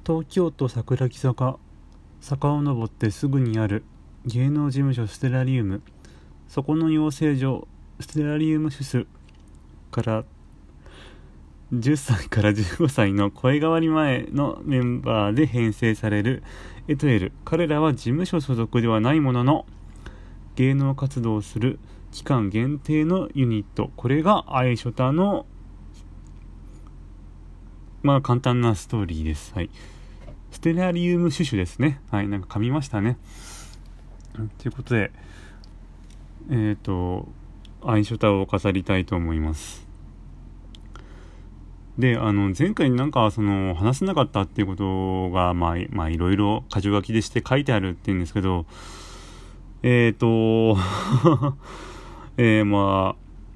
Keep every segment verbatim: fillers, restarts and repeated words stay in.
東京都桜木坂、坂を登ってすぐにある芸能事務所ステラリウム、そこの養成所ステラリウムシスからじゅっさいからじゅうごさいの声変わり前のメンバーで編成されるエトエル。彼らは事務所所属ではないものの芸能活動をする期間限定のユニット。これがアイショタのまあ簡単なストーリーです。はい。ステラリウムシュシュですね。はい。なんか噛みましたね。ということで、えっと、アイショタを飾りたいと思います。で、あの、前回なんか、その、話せなかったっていうことが、まあ、まあ、いろいろ箇条書きでして書いてあるって言うんですけど、えっと、えー、まあ、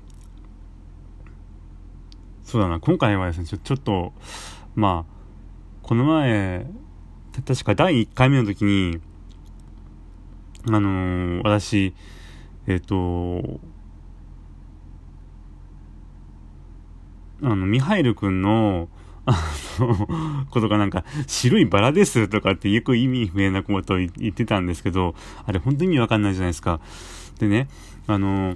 そうだな、今回はですね、ちょ、ちょっと、まあ、この前、確かだいいっかいめの時に、あのー、私、えっと、あの、ミハイル君の、あの、ことがなんか、白いバラですとかってよく意味不明なことを言ってたんですけど、あれ本当に意味わかんないじゃないですか。でね、あの、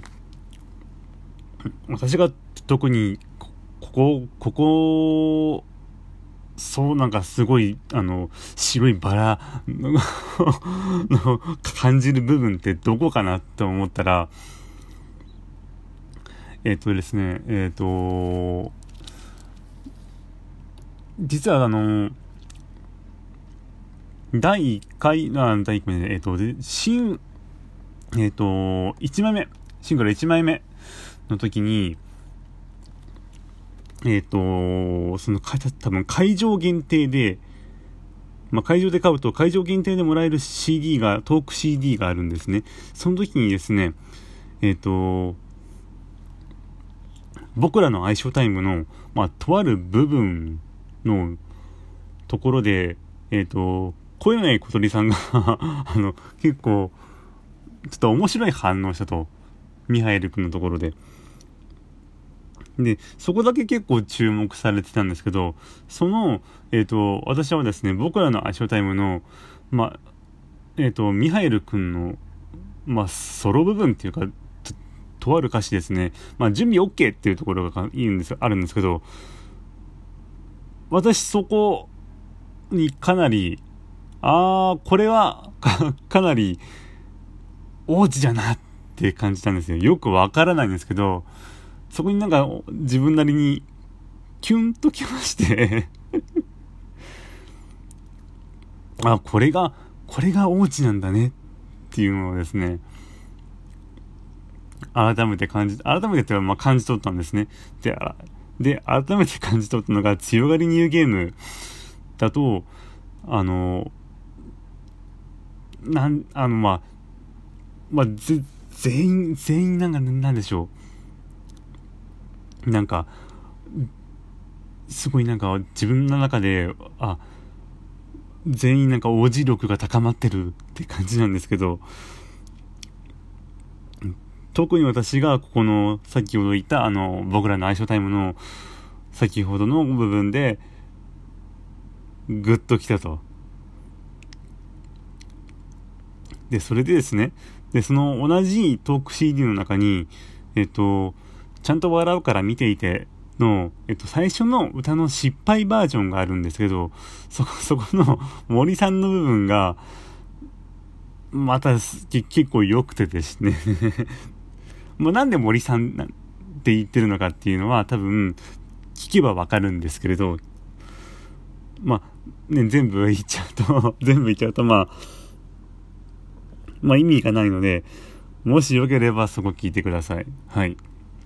私が特に、ここ、ここ、そうなんかすごい、あの、白いバラのの感じる部分ってどこかなと思ったら、えっとですね、えっと、実はあの、だいいっかい、あ、だいいっかいで、えっと、で、新、えっと、いちまいめ、シングルいちまいめの時に、えっと、その、多分会場限定で、まあ、会場で買うと会場限定でもらえる シーディー が、トーク シーディー があるんですね。その時にですね、えっと、僕らの相性タイムの、まあ、とある部分のところで、えっと、小柳小鳥さんがあの、結構、ちょっと面白い反応したと。ミハエル君のところで。で、そこだけ結構注目されてたんですけど、その、えっと、私はですね、僕らの相性タイムの、まあ、えっと、ミハエル君の、まあ、ソロ部分っていうか、と、とある歌詞ですね、まあ、準備 OK っていうところがいいんです、あるんですけど、私そこにかなり、あー、これはか、かなり、王子じゃなって感じたんですよ。よくわからないんですけど、そこになんか自分なりにキュンときましてあ、これが、これが王子なんだねっていうのをですね、改めて感じ、改めてってまあ感じ取ったんですね。で、で、改めて感じ取ったのが、強がりニューゲームだと、あの、なん、あの、まあ、まあ、ぜ、全員、全員なんか、なんでしょう。なんか、すごいなんか自分の中で、あ、全員なんか王子力が高まってるって感じなんですけど、特に私がここの先ほど言ったあの僕らの相性タイムの先ほどの部分でグッときたと。で、それでですね、で、その同じトーク シーディー の中に、えっと、ちゃんと笑うから見ていての、えっと、最初の歌の失敗バージョンがあるんですけど、そこ、そこの森さんの部分が、また結構良くてですねもうなんで森さんって言ってるのかっていうのは多分聞けばわかるんですけれど、まあ、ね、全部言っちゃうと、全部言っちゃうと、まあ、まあ意味がないので、もしよければそこ聞いてください。はい。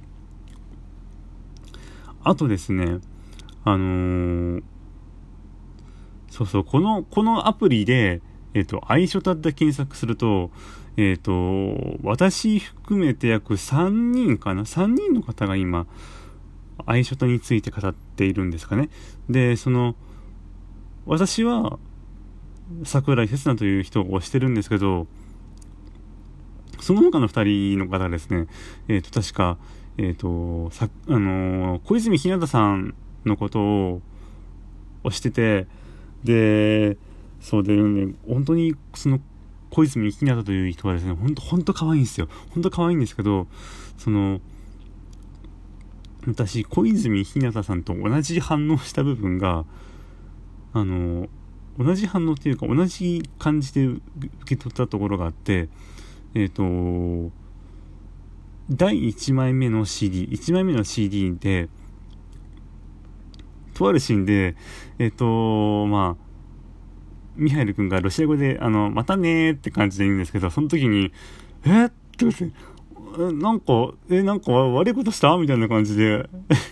あとですね、あのー、そうそう、この、このアプリで、えっと、アイショタって検索すると、えっと、私含めて約さんにんかな ?さん 人の方が今、アイショタについて語っているんですかね。で、その、私は、桜井節奈という人を推してるんですけど、その他の二人の方ですね、えっと、確か、えっと、さ、あのー、小泉日向さんのことを推してて、 で、そうでね、本当にその小泉ひなたという人はですね、本当本当可愛いんですよ。本当可愛いんですけど、その私小泉ひなたさんと同じ反応した部分が、あの同じ反応っていうか同じ感じで受け取ったところがあって、えっとだいいちまいめの シーディー、いちまいめの シーディー でとあるシーンで、えっとまあミハイル君がロシア語であのまたねーって感じで言うんですけど、その時にえって言って、えなんかえなんか悪いことしたみたいな感じで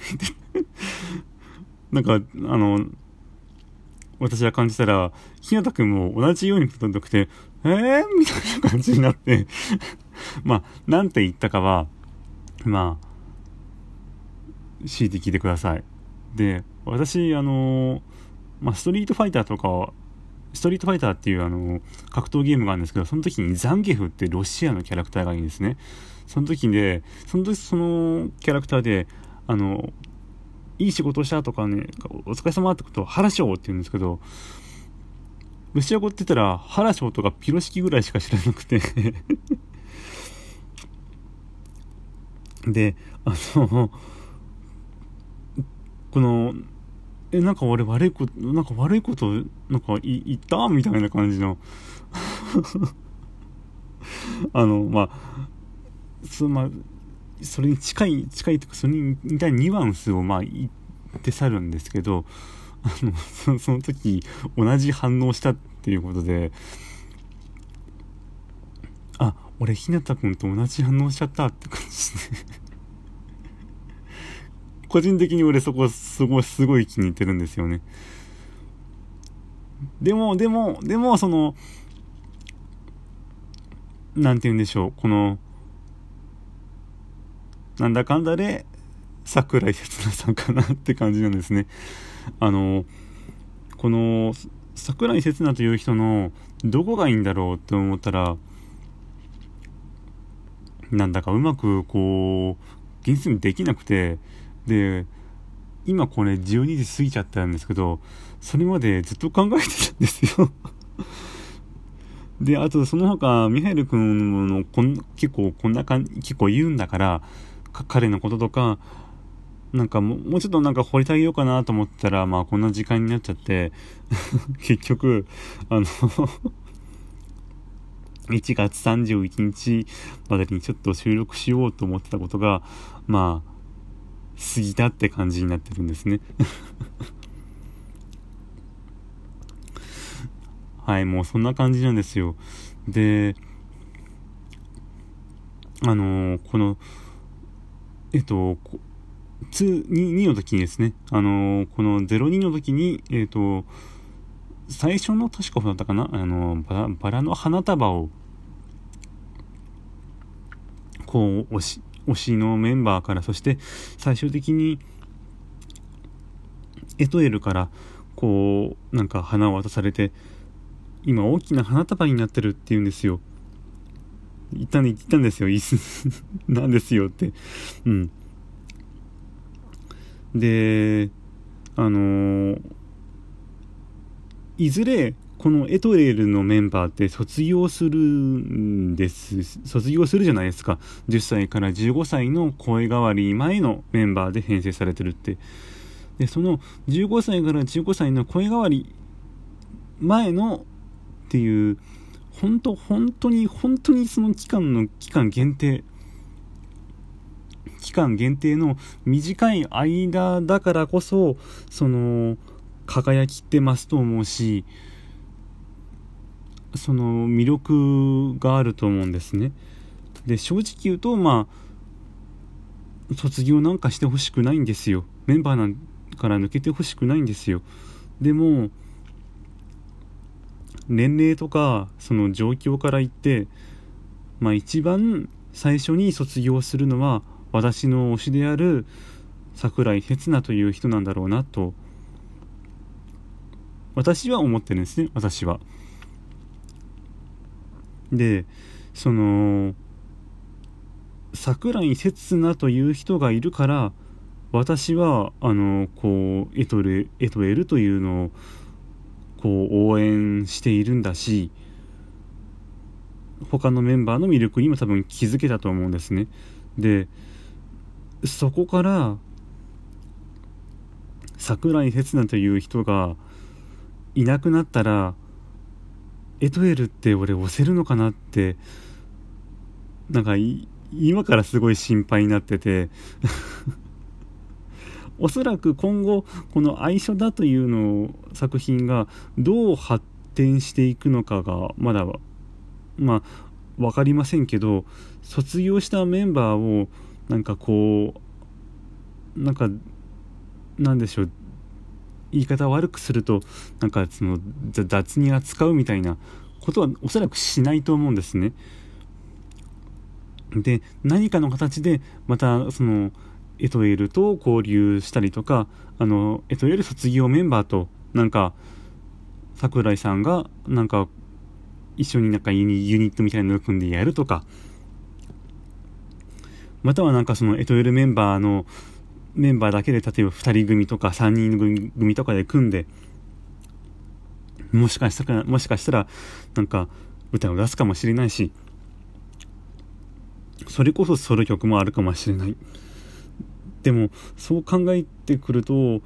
なんかあの私は感じたら、ひなたくんも同じように届いてくて、えーみたいな感じになってまあなんて言ったかはまあ シーディー 聞いてください。で、私あのまあストリートファイターとかストリートファイターっていうあの格闘ゲームがあるんですけど、その時にザンゲフってロシアのキャラクターがいいんですね。その時でその時そのキャラクターであのいい仕事をしたとかね、お疲れ様ってことをハラショーって言うんですけど、ロシア語って言ったらハラショーとかピロシキぐらいしか知らなくてで、あのこのえなんか俺悪いことなんか悪いことなんか言ったみたいな感じのあのまあそまあそれに近い近いというかそれに似たニュアンスをまあ言って去るんですけど、あの そ, その時同じ反応したっていうことで、あ俺ひなたくんと同じ反応しちゃったって感じですね個人的に俺そこすごいすごい気に入ってるんですよね。でもでもでもそのなんて言うんでしょう、このなんだかんだで桜井節那さんかなって感じなんですね。あのこの桜井節那という人のどこがいいんだろうって思ったら、なんだかうまくこう現実にできなくて、で今これじゅうにじ過ぎちゃったんですけど、それまでずっと考えてたんですよで、あとその他ミハイル君のこん結構こんな感じ結構言うんだから彼のこととかなんかもう、もうちょっとなんか掘り下げようかなと思ったら、まあこんな時間になっちゃって結局あのいちがつさんじゅういちにちまでにちょっと収録しようと思ってたことがまあ過ぎたって感じになってるんですねはい、もうそんな感じなんですよ。であのー、このえっとに, にの時にですね、あのー、このゼロにの時にえっと最初の確かだったかな、あのー、バラ、バラの花束をこう推し推しのメンバーから、そして最終的にエトエルからこうなんか花を渡されて、今大きな花束になってるっていうんですよ。言ったんで言ったんですよ。いいなんですよって。うん。で、あのー、いずれこのエトレールのメンバーって卒業するんです。卒業するじゃないですか。じゅっさいからじゅうごさいの声変わり前のメンバーで編成されてるって。で、そのじゅうごさいからじゅうごさいの声変わり前のっていう、本当本当に本当にその期間の期間限定期間限定の短い間だからこそその輝きってますと思うし、その魅力があると思うんですね。で、正直言うとまあ卒業なんかしてほしくないんですよ。メンバーなんから抜けてほしくないんですよ。でも年齢とかその状況から言って、まあ一番最初に卒業するのは私の推しである桜井節那という人なんだろうなと私は思ってるんですね。私は。で、その桜井節那という人がいるから私はあのこうエトレエトエルというのをこう応援しているんだし、他のメンバーの魅力にも多分気づけたと思うんですね。でそこから桜井刹那という人がいなくなったらエトエルって俺押せるのかなって、なんか今からすごい心配になってておそらく今後この愛書だというの作品がどう発展していくのかがまだまあ分かりませんけど、卒業したメンバーをなんかこうなんかなんでしょう、言い方を悪くするとなんかその雑に扱うみたいなことはおそらくしないと思うんですね。で何かの形でまたそのエトエルと交流したりとか、あのエトエル卒業メンバーとなんか桜井さんがなんか一緒になんかユニ、ユニットみたいなのを組んでやるとか、またはなんかそのエトエルメンバーのメンバーだけで例えばふたり組とかさんにん組、組とかで組んで、もしかしたらもしかしたらなんか歌を出すかもしれないし、それこそソロ曲もあるかもしれない。でもそう考えてくると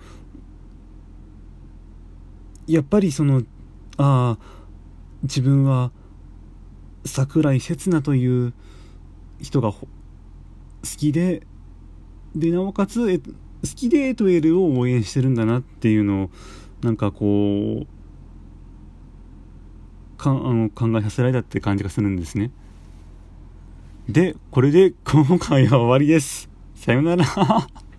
やっぱりそのああ自分は桜井刹那という人が好きででなおかつえ好きでエトエルを応援してるんだなっていうのをなんかこうかあの考えさせられたって感じがするんですね。でこれで今回は終わりです。さよなら